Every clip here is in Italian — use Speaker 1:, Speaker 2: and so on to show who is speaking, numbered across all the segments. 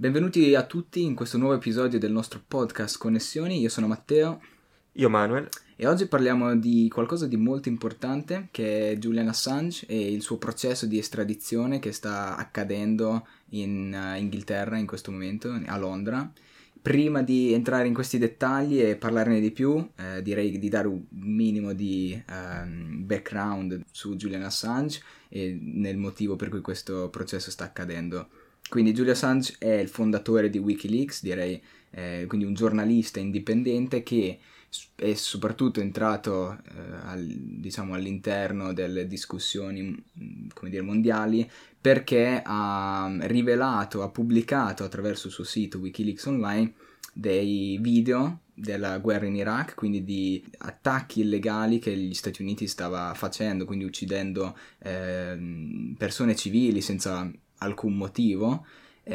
Speaker 1: Benvenuti a tutti in questo nuovo episodio del nostro podcast Connessioni. Io sono Matteo
Speaker 2: Io Manuel.
Speaker 1: e oggi parliamo di qualcosa di molto importante, che è Julian Assange e il suo processo di estradizione che sta accadendo in Inghilterra in questo momento, a Londra. Prima di entrare in questi dettagli e parlarne di più, direi di dare un minimo di background su Julian Assange e nel motivo per cui questo processo sta accadendo. Quindi Julian Assange è il fondatore di Wikileaks, direi, quindi un giornalista indipendente che è soprattutto entrato all'interno delle discussioni mondiali perché ha pubblicato attraverso il suo sito Wikileaks Online dei video della guerra in Iraq, quindi di attacchi illegali che gli Stati Uniti stava facendo, quindi uccidendo persone civili senza alcun motivo,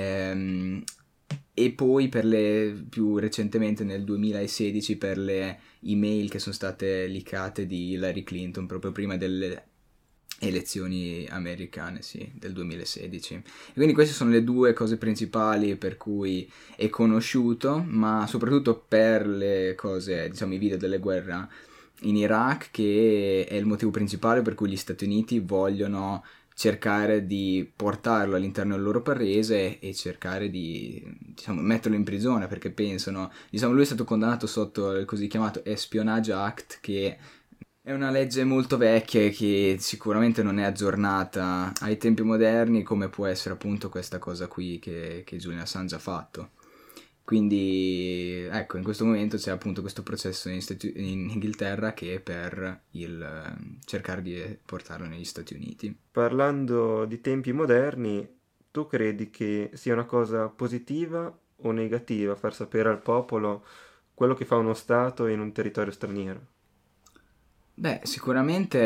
Speaker 1: e poi più recentemente nel 2016 per le email che sono state leakate di Hillary Clinton proprio prima delle elezioni americane, sì, del 2016. E quindi queste sono le due cose principali per cui è conosciuto, ma soprattutto per le cose, diciamo, i video delle guerre in Iraq, che è il motivo principale per cui gli Stati Uniti vogliono cercare di portarlo all'interno del loro paese e cercare di, diciamo, metterlo in prigione, perché pensano, diciamo, lui è stato condannato sotto il così chiamato Espionage Act, che è una legge molto vecchia e che sicuramente non è aggiornata ai tempi moderni, come può essere appunto questa cosa qui che Julian Assange ha fatto. Quindi ecco, in questo momento c'è appunto questo processo in Inghilterra che è per cercare di portarlo negli Stati Uniti.
Speaker 2: Parlando di tempi moderni, tu credi che sia una cosa positiva o negativa far sapere al popolo quello che fa uno Stato in un territorio straniero?
Speaker 1: Beh, sicuramente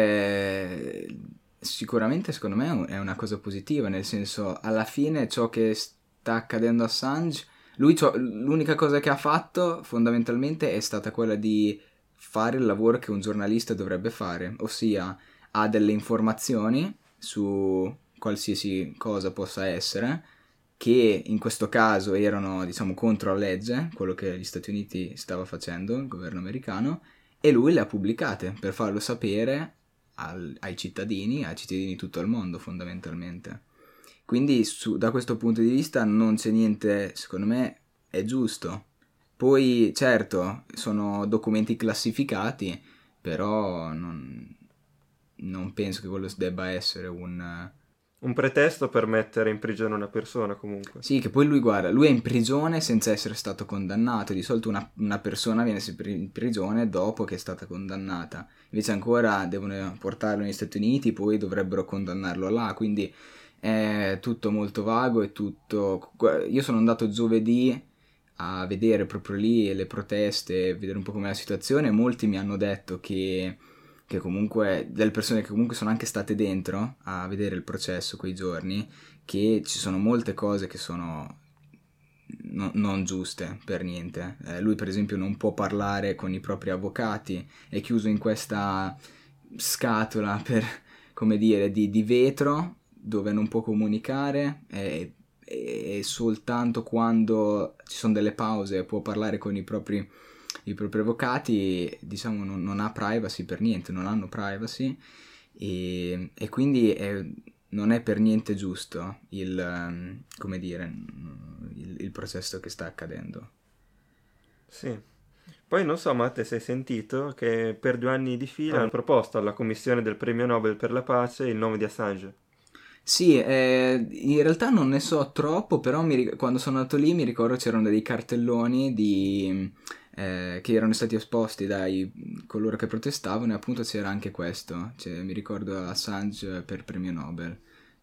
Speaker 1: secondo me è una cosa positiva, nel senso, alla fine ciò che sta accadendo a Assange, l'unica cosa che ha fatto fondamentalmente è stata quella di fare il lavoro che un giornalista dovrebbe fare, ossia ha delle informazioni su qualsiasi cosa possa essere, che in questo caso erano, diciamo, contro la legge, quello che gli Stati Uniti stava facendo, il governo americano, e lui le ha pubblicate per farlo sapere ai cittadini di tutto il mondo fondamentalmente. Quindi da questo punto di vista non c'è niente, secondo me è giusto. Poi certo sono documenti classificati, però non penso che quello debba essere
Speaker 2: Un pretesto per mettere in prigione una persona comunque.
Speaker 1: Sì, che poi lui è in prigione senza essere stato condannato. Di solito una persona viene sempre in prigione dopo che è stata condannata. Invece ancora devono portarlo negli Stati Uniti, poi dovrebbero condannarlo là. Quindi è tutto molto vago e tutto... Io sono andato giovedì a vedere proprio lì le proteste, vedere un po' com'è la situazione. Molti mi hanno detto che comunque, delle persone che comunque sono anche state dentro a vedere il processo quei giorni, che ci sono molte cose che sono non giuste per niente. Lui per esempio non può parlare con i propri avvocati, è chiuso in questa scatola per, come dire, di vetro dove non può comunicare e soltanto quando ci sono delle pause può parlare con i propri avvocati, diciamo, non ha privacy per niente, non hanno privacy e quindi non è per niente giusto come dire, il processo che sta accadendo.
Speaker 2: Sì. Poi non so, Matte, se hai sentito che per 2 anni di fila hanno proposto alla Commissione del Premio Nobel per la pace il nome di Assange.
Speaker 1: Sì, in realtà non ne so troppo, però quando sono andato lì mi ricordo c'erano dei cartelloni che erano stati esposti dai coloro che protestavano e appunto c'era anche questo, cioè, mi ricordo Assange per premio Nobel.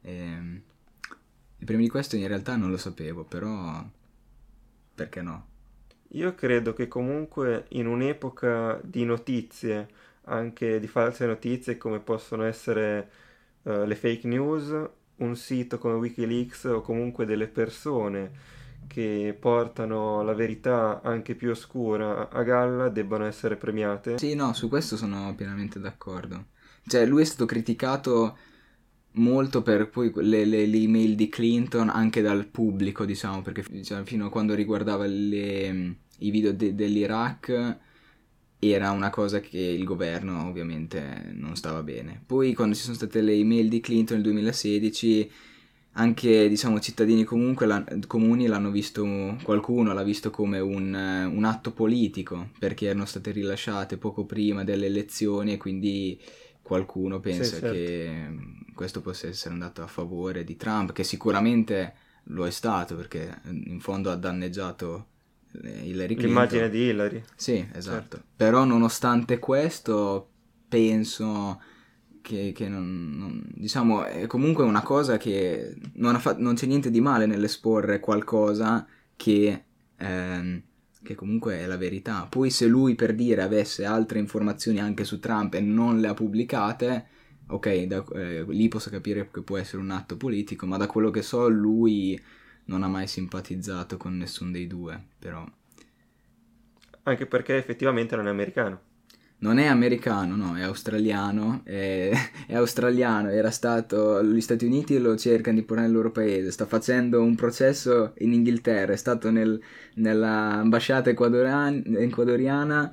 Speaker 1: Il premio di questo in realtà non lo sapevo, però perché no?
Speaker 2: Io credo che comunque in un'epoca di notizie, anche di false notizie come possono essere le fake news, un sito come Wikileaks o comunque delle persone che portano la verità anche più oscura a galla debbano essere premiate.
Speaker 1: Sì, no, su questo sono pienamente d'accordo. Cioè, lui è stato criticato molto per poi le email di Clinton anche dal pubblico, diciamo, perché diciamo, fino a quando riguardava i video dell'Iraq era una cosa che il governo ovviamente non stava bene. Poi quando ci sono state le email di Clinton nel 2016, anche diciamo cittadini comuni l'hanno visto, qualcuno l'ha visto come un atto politico, perché erano state rilasciate poco prima delle elezioni e quindi qualcuno
Speaker 2: Sì,
Speaker 1: pensa
Speaker 2: certo.
Speaker 1: che questo possa essere andato a favore di Trump, che sicuramente lo è stato, perché in fondo ha danneggiato Hillary
Speaker 2: L'immagine
Speaker 1: Clinton.
Speaker 2: di Hillary,
Speaker 1: Sì,
Speaker 2: certo.
Speaker 1: esatto. Però nonostante questo, penso che diciamo, è comunque una cosa che non c'è niente di male nell'esporre qualcosa che, ehm, che comunque è la verità. Poi se lui per dire avesse altre informazioni anche su Trump e non le ha pubblicate, ok, lì posso capire che può essere un atto politico, ma da quello che so lui non ha mai simpatizzato con nessuno dei due, però.
Speaker 2: Anche perché effettivamente non è americano.
Speaker 1: Non è americano, no, è australiano, è australiano, era stato, gli Stati Uniti lo cercano di porre nel loro paese, sta facendo un processo in Inghilterra, è stato nell'ambasciata ecuadoriana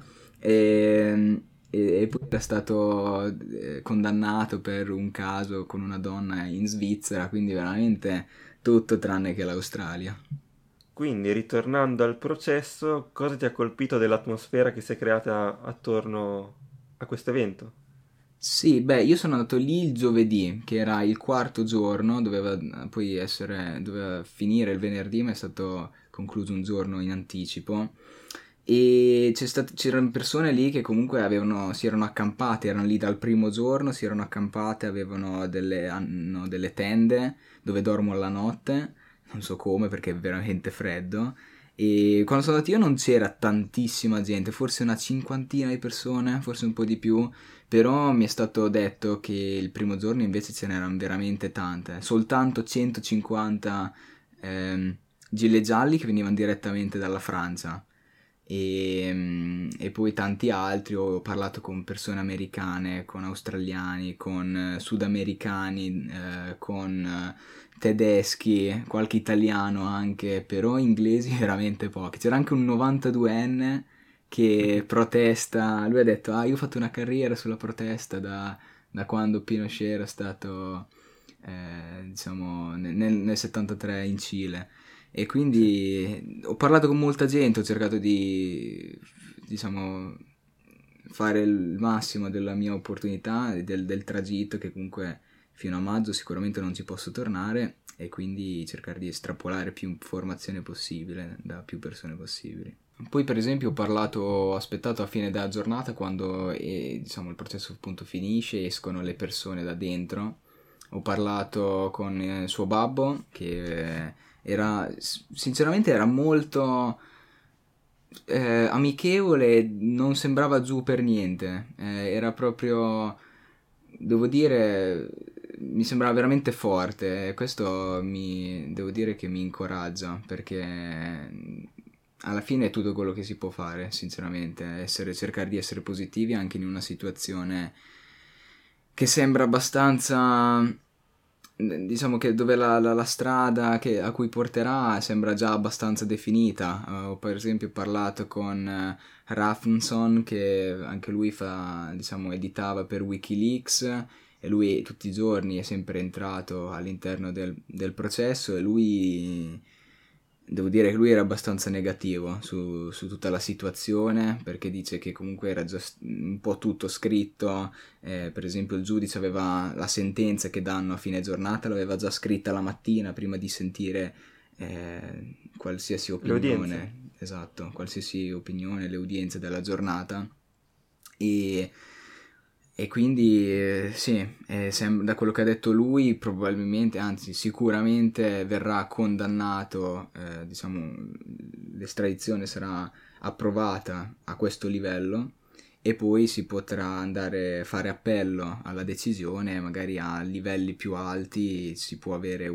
Speaker 1: e poi è stato condannato per un caso con una donna in Svizzera, quindi veramente tutto tranne che l'Australia.
Speaker 2: Quindi, ritornando al processo, cosa ti ha colpito dell'atmosfera che si è creata attorno a questo evento?
Speaker 1: Sì, beh, io sono andato lì il giovedì, che era il quarto giorno, doveva finire il venerdì, ma è stato concluso un giorno in anticipo. E c'erano persone lì che comunque si erano accampate, erano lì dal primo giorno, si erano accampate, hanno delle tende dove dormono la notte, non so come perché è veramente freddo. E quando sono andato io non c'era tantissima gente, forse una cinquantina di persone, forse un po' di più. Però mi è stato detto che il primo giorno invece ce n'erano veramente tante, soltanto 150 gilet gialli che venivano direttamente dalla Francia e poi tanti altri. Ho parlato con persone americane, con australiani, con sudamericani, con tedeschi, qualche italiano anche, però inglesi veramente pochi. C'era anche un 92enne che protesta, lui ha detto, io ho fatto una carriera sulla protesta da quando Pinochet era stato, diciamo, nel 73 in Cile. E
Speaker 2: Sì.
Speaker 1: quindi ho parlato con molta gente, ho cercato di, diciamo, fare il massimo della mia opportunità e del tragitto, che comunque fino a maggio sicuramente non ci posso tornare, e quindi cercare di estrapolare più informazione possibile da più persone possibili. Poi per esempio ho aspettato a fine della giornata quando diciamo, il processo appunto finisce, escono le persone da dentro. Ho parlato con il suo babbo che sinceramente era molto amichevole, non sembrava giù per niente, era proprio, devo dire, mi sembrava veramente forte, e questo devo dire che mi incoraggia, perché alla fine è tutto quello che si può fare, sinceramente, cercare di essere positivi anche in una situazione che sembra abbastanza, diciamo che dove la strada a cui porterà sembra già abbastanza definita. Ho per esempio parlato con Rafnson, che anche lui diciamo, editava per Wikileaks, e lui tutti i giorni è sempre entrato all'interno del processo, e lui, devo dire che lui era abbastanza negativo su tutta la situazione, perché dice che comunque era già un po' tutto scritto. Per esempio il giudice aveva la sentenza che danno a fine giornata, l'aveva già scritta la mattina prima di sentire qualsiasi
Speaker 2: Le udienze?
Speaker 1: opinione, esatto, qualsiasi opinione, le udienze della giornata. E Quindi sì, da quello che ha detto lui, probabilmente, anzi sicuramente verrà condannato, diciamo, l'estradizione sarà approvata a questo livello, e poi si potrà andare a fare appello alla decisione, magari a livelli più alti si può avere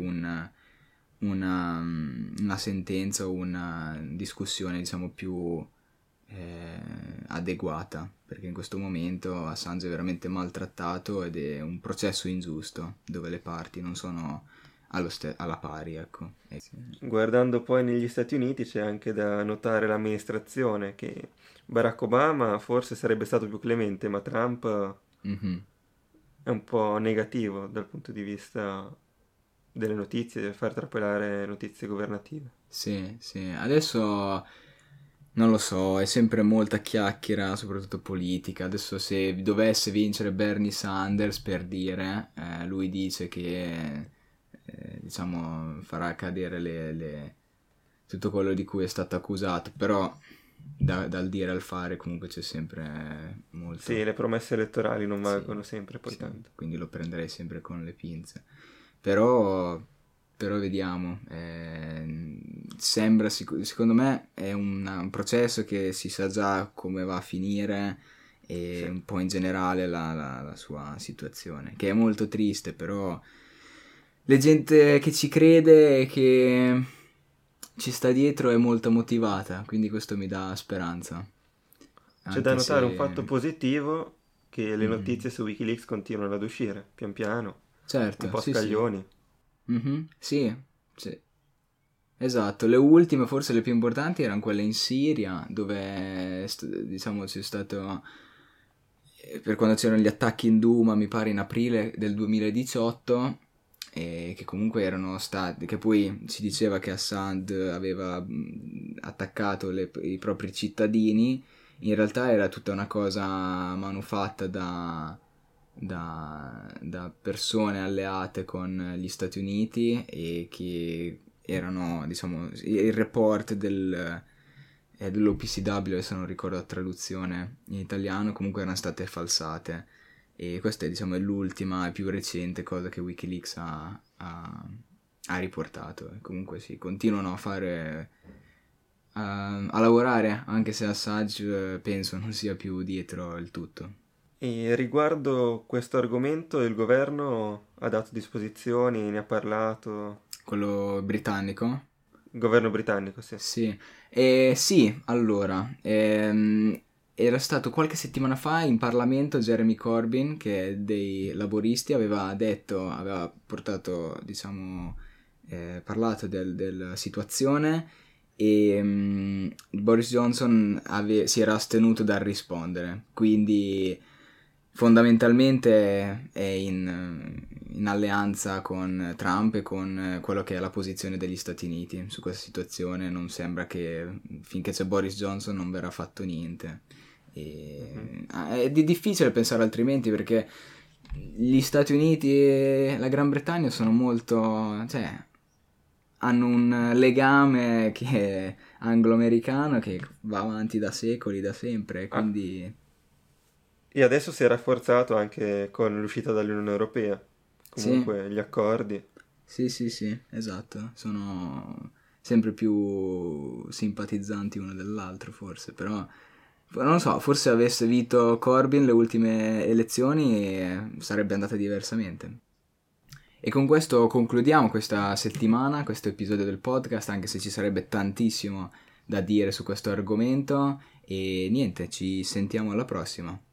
Speaker 1: una sentenza o una discussione, diciamo, più adeguata, perché in questo momento Assange è veramente maltrattato ed è un processo ingiusto dove le parti non sono alla pari, ecco.
Speaker 2: Guardando poi negli Stati Uniti c'è anche da notare l'amministrazione, che Barack Obama forse sarebbe stato più clemente, ma Trump
Speaker 1: Mhm.
Speaker 2: è un po' negativo dal punto di vista delle notizie, del far trapelare notizie governative.
Speaker 1: Sì, sì, adesso non lo so, è sempre molta chiacchiera, soprattutto politica. Adesso se dovesse vincere Bernie Sanders, per dire, lui dice che, diciamo, farà cadere tutto quello di cui è stato accusato, però dal dire al fare comunque c'è sempre
Speaker 2: Sì,
Speaker 1: molto...
Speaker 2: le promesse elettorali non
Speaker 1: Sì,
Speaker 2: valgono sempre poi
Speaker 1: sì,
Speaker 2: tanto.
Speaker 1: quindi lo prenderei sempre con le pinze. Però, però vediamo, sembra, secondo me è un processo che si sa già come va a finire e
Speaker 2: Sì.
Speaker 1: un po' in generale la sua situazione, che è molto triste, però la gente che ci crede e che ci sta dietro è molto motivata, quindi questo mi dà speranza,
Speaker 2: C'è da
Speaker 1: anche
Speaker 2: notare un fatto
Speaker 1: se...
Speaker 2: positivo, che le
Speaker 1: Mhm.
Speaker 2: notizie su Wikileaks continuano ad uscire, pian piano, un
Speaker 1: Certo,
Speaker 2: po' a
Speaker 1: sì, sì.
Speaker 2: scaglioni.
Speaker 1: Mhm, sì, sì. Esatto, le ultime, forse le più importanti, erano quelle in Siria, dove diciamo c'è stato, per quando c'erano gli attacchi in Douma, mi pare in aprile del 2018, e che comunque erano stati, che poi si diceva che Assad aveva attaccato i propri cittadini, in realtà era tutta una cosa manufatta da persone alleate con gli Stati Uniti e che erano, diciamo, il report dell'OPCW, adesso non ricordo la traduzione in italiano, comunque erano state falsate. E questa è, diciamo, è l'ultima e più recente cosa che Wikileaks ha riportato. E comunque sì, continuano a fare... a lavorare, anche se Assange penso non sia più dietro il tutto.
Speaker 2: E riguardo questo argomento il governo ha dato disposizioni, ne ha parlato.
Speaker 1: Quello britannico?
Speaker 2: Il governo britannico, sì.
Speaker 1: Sì, sì, allora, era stato qualche settimana fa in Parlamento Jeremy Corbyn, che è dei laboristi, aveva detto, aveva portato, diciamo, parlato della situazione e Boris Johnson si era astenuto dal rispondere, quindi fondamentalmente è in alleanza con Trump e con quello che è la posizione degli Stati Uniti su questa situazione. Non sembra che finché c'è Boris Johnson non verrà fatto niente.
Speaker 2: Mhm.
Speaker 1: È difficile pensare altrimenti, perché gli Stati Uniti e la Gran Bretagna sono molto, cioè, hanno un legame che è anglo-americano che va avanti da secoli, da sempre,
Speaker 2: Ah,
Speaker 1: quindi
Speaker 2: e adesso si è rafforzato anche con l'uscita dall'Unione Europea.
Speaker 1: sì.
Speaker 2: Comunque gli accordi.
Speaker 1: Sì, sì, sì, esatto, sono sempre più simpatizzanti uno dell'altro forse, però non lo so, forse avesse vinto Corbyn le ultime elezioni sarebbe andata diversamente. E con questo concludiamo questa settimana, questo episodio del podcast, anche se ci sarebbe tantissimo da dire su questo argomento e niente, ci sentiamo alla prossima.